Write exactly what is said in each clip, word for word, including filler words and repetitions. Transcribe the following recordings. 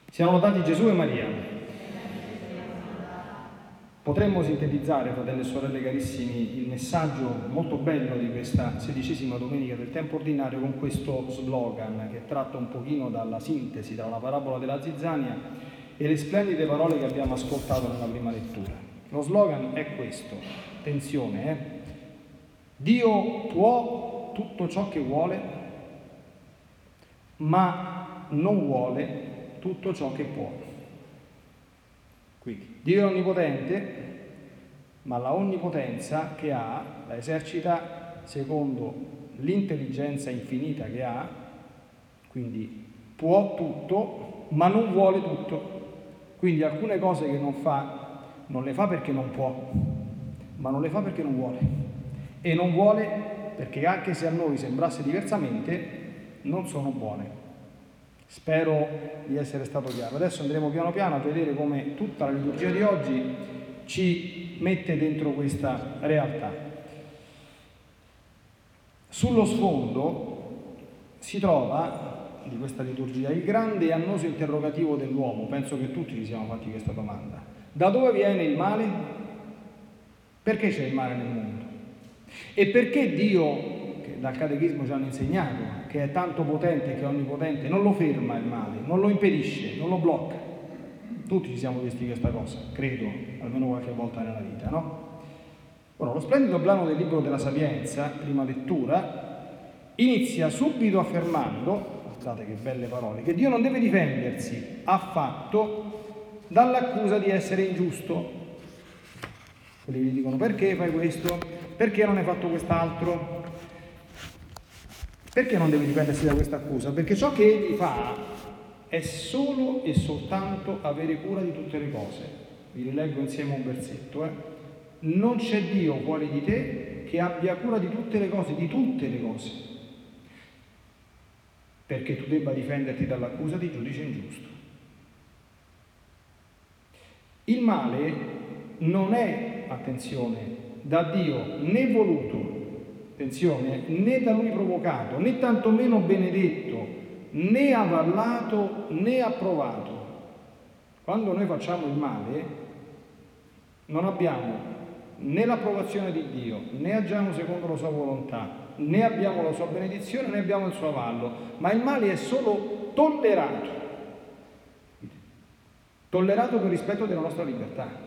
Siano lodati Gesù e Maria. Potremmo sintetizzare, fratelli e sorelle carissimi, il messaggio molto bello di questa sedicesima domenica del tempo ordinario con questo slogan che tratta un pochino dalla sintesi tra la parabola della zizzania e le splendide parole che abbiamo ascoltato nella prima lettura. Lo slogan è questo, attenzione, eh? Dio può tutto ciò che vuole, ma non vuole tutto ciò che può. Quindi Dio è onnipotente, ma la onnipotenza che ha la esercita secondo l'intelligenza infinita che ha, quindi può tutto, ma non vuole tutto. Quindi alcune cose che non fa, non le fa perché non può, ma non le fa perché non vuole. E non vuole perché anche se a noi sembrasse diversamente, non sono buone. Spero di essere stato chiaro. Adesso andremo piano piano a vedere come tutta la liturgia di oggi ci mette dentro questa realtà. Sullo sfondo si trova, di questa liturgia, il grande e annoso interrogativo dell'uomo. Penso che tutti ci siamo fatti questa domanda. Da dove viene il male? Perché c'è il male nel mondo? E perché Dio, dal catechismo ci hanno insegnato che è tanto potente, che è onnipotente, non lo ferma il male, non lo impedisce, non lo blocca. Tutti ci siamo visti questa cosa, credo, almeno qualche volta nella vita, no? Ora, lo splendido brano del libro della Sapienza, prima lettura, inizia subito affermando, guardate che belle parole, che Dio non deve difendersi affatto dall'accusa di essere ingiusto. Quelli gli dicono: perché fai questo? Perché non hai fatto quest'altro? Perché non deve difendersi da questa accusa? Perché ciò che egli fa è solo e soltanto avere cura di tutte le cose. Vi rileggo insieme un versetto. Eh? Non c'è Dio fuori di te che abbia cura di tutte le cose, di tutte le cose, perché tu debba difenderti dall'accusa di giudice ingiusto. Il male non è, attenzione, da Dio né voluto, attenzione, né da lui provocato, né tantomeno benedetto, né avallato, né approvato. Quando noi facciamo il male, non abbiamo né l'approvazione di Dio, né agiamo secondo la sua volontà, né abbiamo la sua benedizione, né abbiamo il suo avallo, ma il male è solo tollerato. Tollerato per rispetto della nostra libertà.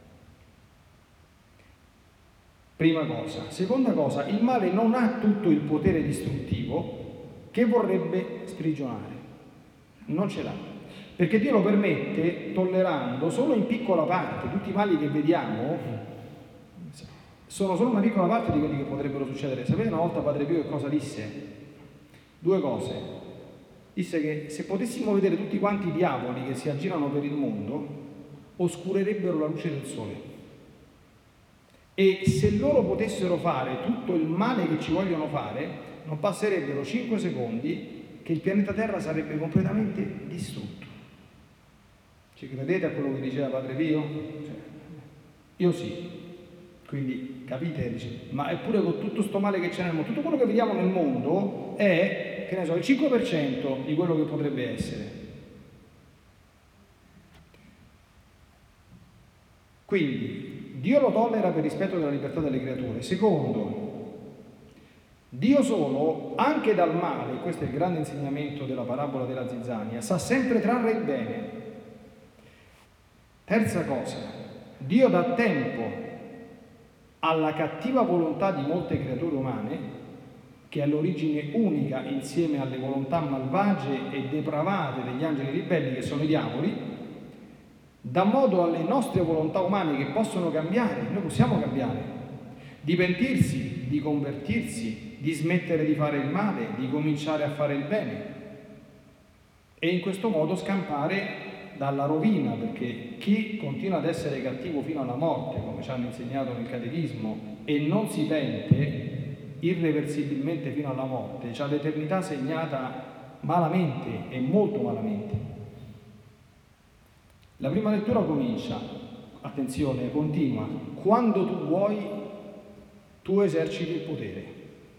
Prima cosa. Seconda cosa, il male non ha tutto il potere distruttivo che vorrebbe sprigionare. Non ce l'ha. Perché Dio lo permette tollerando solo in piccola parte. Tutti i mali che vediamo sono solo una piccola parte di quelli che potrebbero succedere. Sapete una volta Padre Pio che cosa disse? Due cose. Disse che se potessimo vedere tutti quanti i diavoli che si aggirano per il mondo, oscurerebbero la luce del sole. E se loro potessero fare tutto il male che ci vogliono fare, non passerebbero cinque secondi che il pianeta Terra sarebbe completamente distrutto. Ci credete a quello che diceva Padre Pio? Cioè, io sì. Quindi capite, dice, ma eppure con tutto sto male che c'è nel mondo, tutto quello che vediamo nel mondo è, che ne so, il cinque per cento di quello che potrebbe essere. Quindi Dio lo tollera per rispetto della libertà delle creature. Secondo, Dio solo, anche dal male, questo è il grande insegnamento della parabola della zizzania, sa sempre trarre il bene. Terza cosa, Dio dà tempo alla cattiva volontà di molte creature umane, che è l'origine unica insieme alle volontà malvagie e depravate degli angeli ribelli, che sono i diavoli, dà modo alle nostre volontà umane che possono cambiare, noi possiamo cambiare, di pentirsi, di convertirsi, di smettere di fare il male, di cominciare a fare il bene e in questo modo scampare dalla rovina, perché chi continua ad essere cattivo fino alla morte, come ci hanno insegnato nel catechismo, e non si pente irreversibilmente fino alla morte, ha l'eternità segnata malamente e molto malamente. La prima lettura comincia, attenzione, continua, quando tu vuoi, tu eserciti il potere.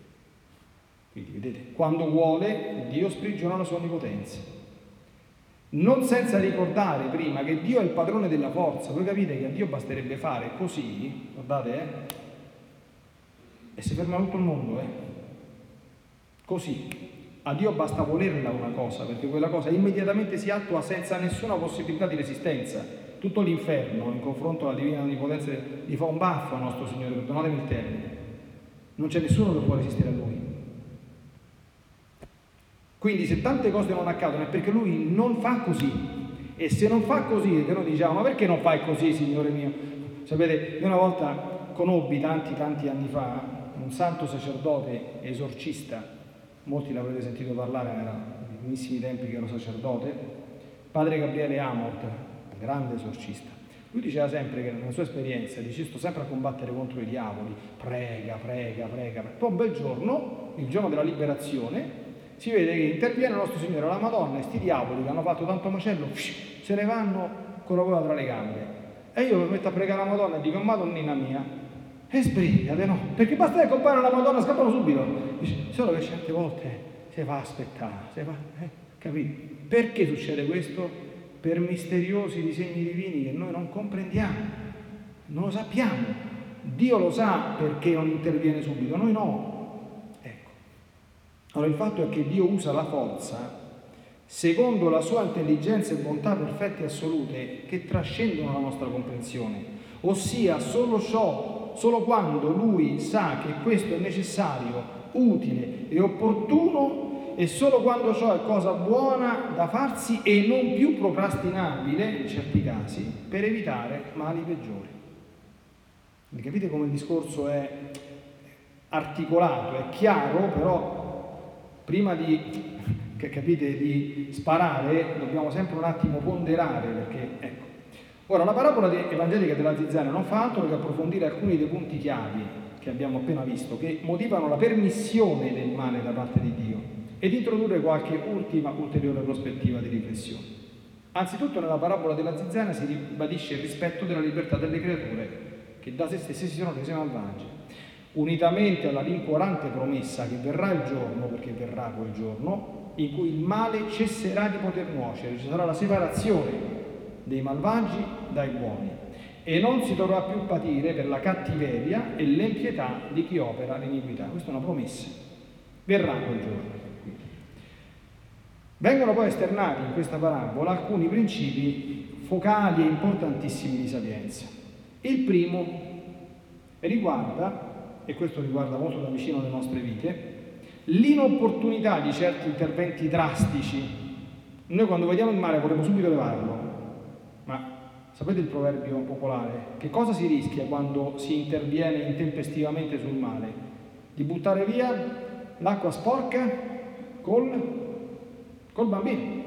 Quindi vedete, quando vuole, Dio sprigiona la sua onnipotenza. Non senza ricordare prima che Dio è il padrone della forza. Voi capite che a Dio basterebbe fare così, guardate, eh? E si ferma tutto il mondo, eh? Così. A Dio basta volerla una cosa, perché quella cosa immediatamente si attua senza nessuna possibilità di resistenza. Tutto l'inferno, in confronto alla divina onnipotenza, gli fa un baffo a nostro Signore, perdonatemi il termine. Non c'è nessuno che può resistere a Lui. Quindi se tante cose non accadono è perché Lui non fa così. E se non fa così, che noi diciamo, ma perché non fai così, Signore mio? Sapete, io una volta conobbi, tanti tanti anni fa, un santo sacerdote esorcista. Molti l'avrete sentito parlare, era nei primissimi tempi che ero sacerdote, padre Gabriele Amort, un grande esorcista. Lui diceva sempre che nella sua esperienza, dice, sto sempre a combattere contro i diavoli, prega, prega, prega. Poi un bel giorno, il giorno della liberazione, si vede che interviene il nostro Signore, la Madonna, e sti diavoli che hanno fatto tanto macello, se ne vanno con la coda tra le gambe. E io mi metto a pregare la Madonna e dico, Madonnina mia, e sbrigate, no? Perché basta che compare la Madonna, scappano subito. Dice, solo che certe volte si fa aspettare, si fa, eh? Capite? Perché succede questo? Per misteriosi disegni divini che noi non comprendiamo, non lo sappiamo. Dio lo sa perché non interviene subito, noi no. Ecco. Allora il fatto è che Dio usa la forza secondo la sua intelligenza e bontà perfette e assolute che trascendono la nostra comprensione, ossia solo ciò solo quando Lui sa che questo è necessario, utile e opportuno, e solo quando ciò è cosa buona da farsi e non più procrastinabile, in certi casi, per evitare mali peggiori. Mi capite come il discorso è articolato, è chiaro, però prima di, che capite, di sparare dobbiamo sempre un attimo ponderare, perché ecco. Ora, la parabola evangelica della zizzania non fa altro che approfondire alcuni dei punti chiavi che abbiamo appena visto, che motivano la permissione del male da parte di Dio, ed introdurre qualche ultima, ulteriore prospettiva di riflessione. Anzitutto nella parabola della zizzania si ribadisce il rispetto della libertà delle creature, che da se stesse si sono rese malvagie, unitamente alla rincuorante promessa che verrà il giorno, perché verrà quel giorno, in cui il male cesserà di poter nuocere, ci sarà la separazione dei malvagi dai buoni, e non si dovrà più patire per la cattiveria e l'empietà di chi opera l'iniquità. Questa è una promessa. Verrà quel giorno. Vengono poi esternati in questa parabola alcuni principi focali e importantissimi di sapienza. Il primo riguarda, e questo riguarda molto da vicino le nostre vite, l'inopportunità di certi interventi drastici. Noi quando vediamo il male vorremmo subito levarlo. Ma sapete il proverbio popolare? Che cosa si rischia quando si interviene intempestivamente sul male? Di buttare via l'acqua sporca col, col bambino.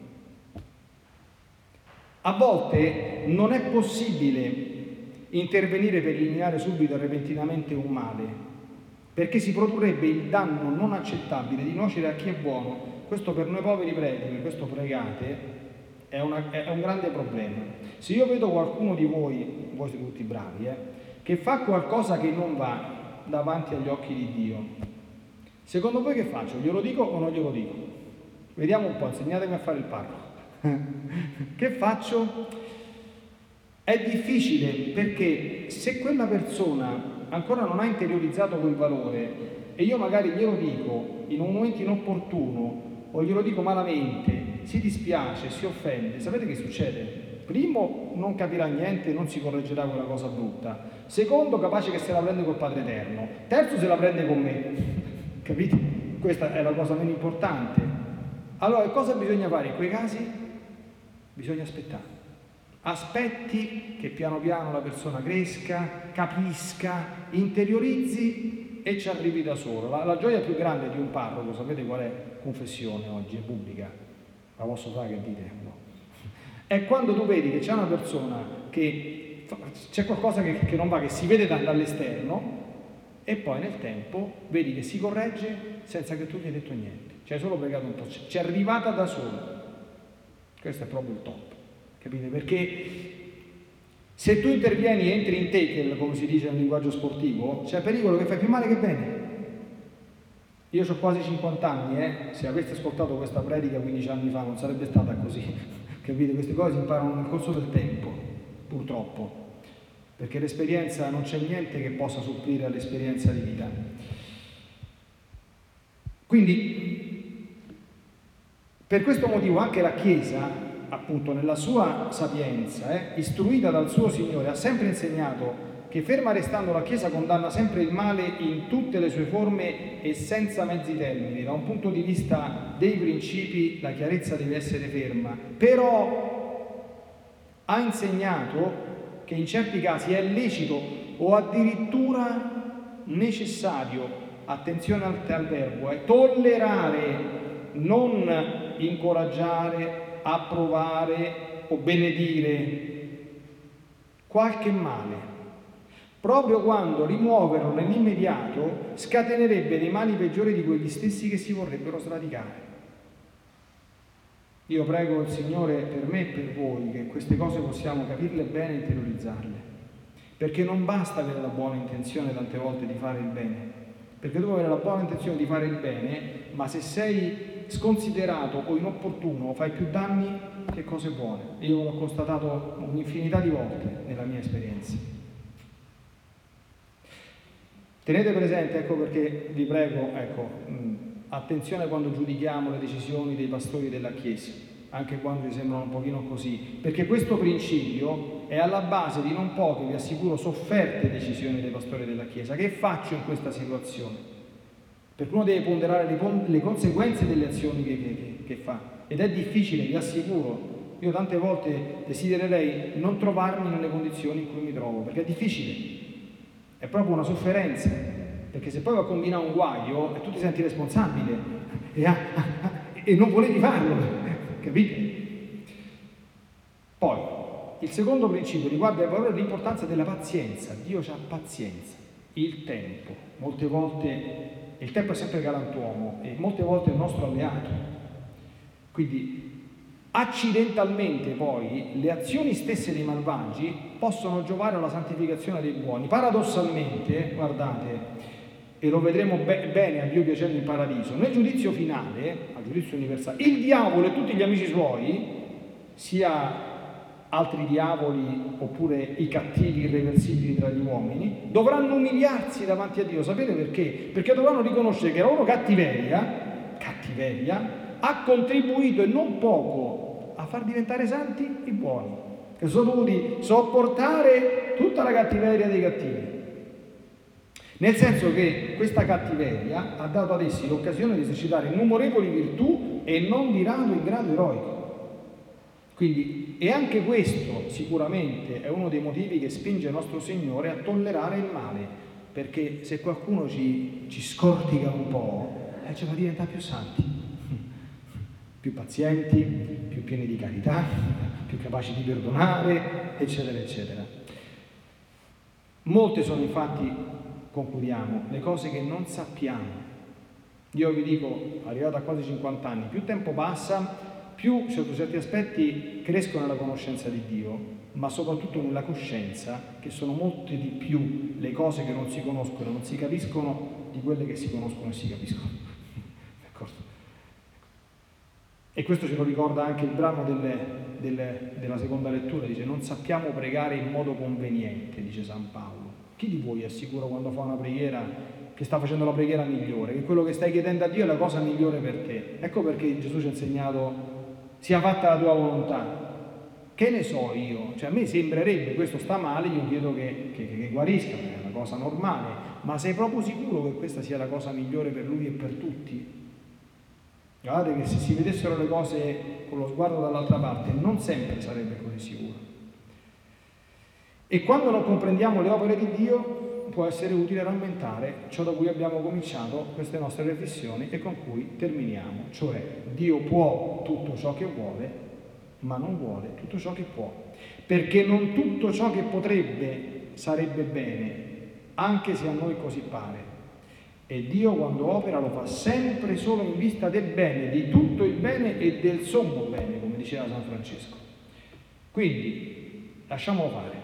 A volte non è possibile intervenire per eliminare subito e repentinamente un male, perché si produrrebbe il danno non accettabile di nuocere a chi è buono. Questo per noi poveri preti, questo pregate, È, una, è un grande problema. Se io vedo qualcuno di voi, voi siete tutti bravi, eh, che fa qualcosa che non va davanti agli occhi di Dio, secondo voi che faccio? Glielo dico o non glielo dico? Vediamo un po', insegnatemi a fare il parroco. Che faccio? È difficile, perché se quella persona ancora non ha interiorizzato quel valore e io magari glielo dico in un momento inopportuno o glielo dico malamente, si dispiace, si offende, sapete che succede? Primo, non capirà niente, non si correggerà quella cosa brutta. Secondo, capace che se la prende col Padre Eterno. Terzo, se la prende con me. Capite? Questa è la cosa meno importante. Allora, cosa bisogna fare in quei casi? Bisogna aspettare. Aspetti che piano piano la persona cresca, capisca, interiorizzi e ci arrivi da solo. La, la gioia più grande di un parroco, sapete qual è? Confessione oggi, è pubblica. La posso fare, che dite? No. È quando tu vedi che c'è una persona che c'è qualcosa che, che non va, che si vede da, dall'esterno, e poi nel tempo vedi che si corregge senza che tu gli hai detto niente. Ci hai solo pregato un po', ci è arrivata da solo. Questo è proprio il top, capite? Perché se tu intervieni e entri in tackle, come si dice nel linguaggio sportivo, c'è pericolo che fai più male che bene. Io ho quasi cinquanta anni, eh? Se aveste ascoltato questa predica quindici anni fa non sarebbe stata così. Capite? Queste cose si imparano nel corso del tempo, purtroppo. Perché l'esperienza, non c'è niente che possa supplire all'esperienza di vita. Quindi, per questo motivo anche la Chiesa, appunto nella sua sapienza, eh, istruita dal suo Signore, ha sempre insegnato che ferma restando la Chiesa condanna sempre il male in tutte le sue forme e senza mezzi termini. Da un punto di vista dei principi la chiarezza deve essere ferma, però ha insegnato che in certi casi è lecito o addirittura necessario, attenzione al, al verbo, è tollerare, non incoraggiare, approvare o benedire qualche male, proprio quando rimuoverlo nell'immediato scatenerebbe dei mali peggiori di quegli stessi che si vorrebbero sradicare. Io prego il Signore per me e per voi che queste cose possiamo capirle bene e interiorizzarle, perché non basta avere la buona intenzione tante volte di fare il bene, perché tu puoi avere la buona intenzione di fare il bene, ma se sei sconsiderato o inopportuno fai più danni che cose buone. Io l'ho constatato un'infinità di volte nella mia esperienza. Tenete presente, ecco perché vi prego, ecco, mh, attenzione quando giudichiamo le decisioni dei pastori della Chiesa, anche quando vi sembrano un pochino così, perché questo principio è alla base di non poche, vi assicuro, sofferte decisioni dei pastori della Chiesa. Che faccio in questa situazione? Perché uno deve ponderare le, con- le conseguenze delle azioni che, che, che fa, ed è difficile, vi assicuro. Io tante volte desidererei non trovarmi nelle condizioni in cui mi trovo, perché è difficile, è proprio una sofferenza, perché se poi va a combinare un guaio e tu ti senti responsabile e, ah, ah, e non volevi farlo, capite? Poi, il secondo principio riguarda il valore e l'importanza della pazienza. Dio ha pazienza, il tempo. Molte volte, il tempo è sempre galantuomo e molte volte è il nostro alleato. Quindi, accidentalmente poi, le azioni stesse dei malvagi possono giovare alla santificazione dei buoni. Paradossalmente, guardate, e lo vedremo be- bene a Dio piacendo in paradiso, nel giudizio finale, al giudizio universale, il diavolo e tutti gli amici suoi, sia altri diavoli oppure i cattivi irreversibili tra gli uomini, dovranno umiliarsi davanti a Dio. Sapete perché? Perché dovranno riconoscere che la loro cattiveria, cattiveria ha contribuito e non poco a far diventare santi i buoni, che sono dovuti sopportare tutta la cattiveria dei cattivi. Nel senso che questa cattiveria ha dato ad essi l'occasione di esercitare innumerevoli virtù e non di rado in grado eroico. Quindi, e anche questo sicuramente è uno dei motivi che spinge il nostro Signore a tollerare il male, perché se qualcuno ci, ci scortica un po', eh, ci fa diventare più santi, più pazienti, più pieni di carità, più capaci di perdonare, eccetera, eccetera. Molte sono infatti, concludiamo, le cose che non sappiamo. Io vi dico, arrivato a quasi cinquanta anni, più tempo passa, più sotto certi aspetti cresco nella conoscenza di Dio, ma soprattutto nella coscienza che sono molte di più le cose che non si conoscono, non si capiscono, di quelle che si conoscono e si capiscono. D'accordo? E questo ce lo ricorda anche il brano delle, delle, della seconda lettura, dice: non sappiamo pregare in modo conveniente, dice San Paolo. Chi di voi è sicuro quando fa una preghiera che sta facendo la preghiera migliore, che quello che stai chiedendo a Dio è la cosa migliore per te? Ecco perché Gesù ci ha insegnato: sia fatta la tua volontà. Che ne so io? Cioè a me sembrerebbe, questo sta male, io chiedo che, che, che guarisca, è una cosa normale, ma sei proprio sicuro che questa sia la cosa migliore per lui e per tutti? Guardate che se si vedessero le cose con lo sguardo dall'altra parte, non sempre sarebbe così sicuro. E quando non comprendiamo le opere di Dio, può essere utile rammentare ciò da cui abbiamo cominciato queste nostre riflessioni e con cui terminiamo, cioè Dio può tutto ciò che vuole, ma non vuole tutto ciò che può, perché non tutto ciò che potrebbe sarebbe bene, anche se a noi così pare. E Dio quando opera lo fa sempre solo in vista del bene, di tutto il bene e del sommo bene, come diceva San Francesco. Quindi lasciamolo fare,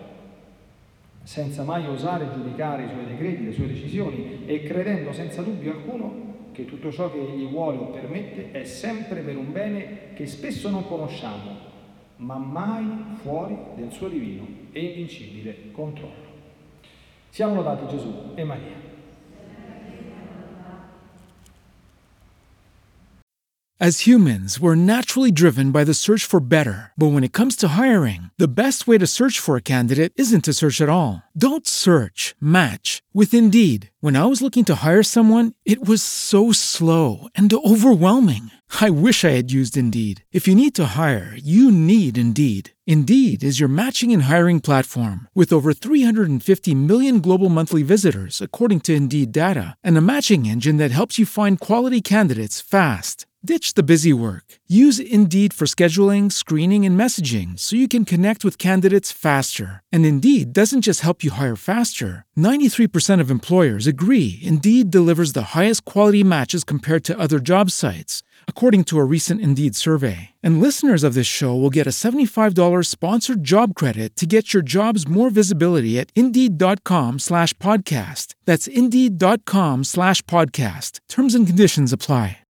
senza mai osare giudicare i suoi decreti, le sue decisioni, e credendo senza dubbio alcuno che tutto ciò che Egli vuole o permette è sempre per un bene che spesso non conosciamo, ma mai fuori del suo divino e invincibile controllo. Siamo lodati Gesù e Maria. As humans, we're naturally driven by the search for better. But when it comes to hiring, the best way to search for a candidate isn't to search at all. Don't search, match with Indeed. When I was looking to hire someone, it was so slow and overwhelming. I wish I had used Indeed. If you need to hire, you need Indeed. Indeed is your matching and hiring platform with over three hundred fifty million global monthly visitors, according to Indeed data, and a matching engine that helps you find quality candidates fast. Ditch the busy work. Use Indeed for scheduling, screening, and messaging so you can connect with candidates faster. And Indeed doesn't just help you hire faster. ninety-three percent of employers agree Indeed delivers the highest quality matches compared to other job sites, according to a recent Indeed survey. And listeners of this show will get a seventy-five dollars sponsored job credit to get your jobs more visibility at Indeed.com slash podcast. That's Indeed.com slash podcast. Terms and conditions apply.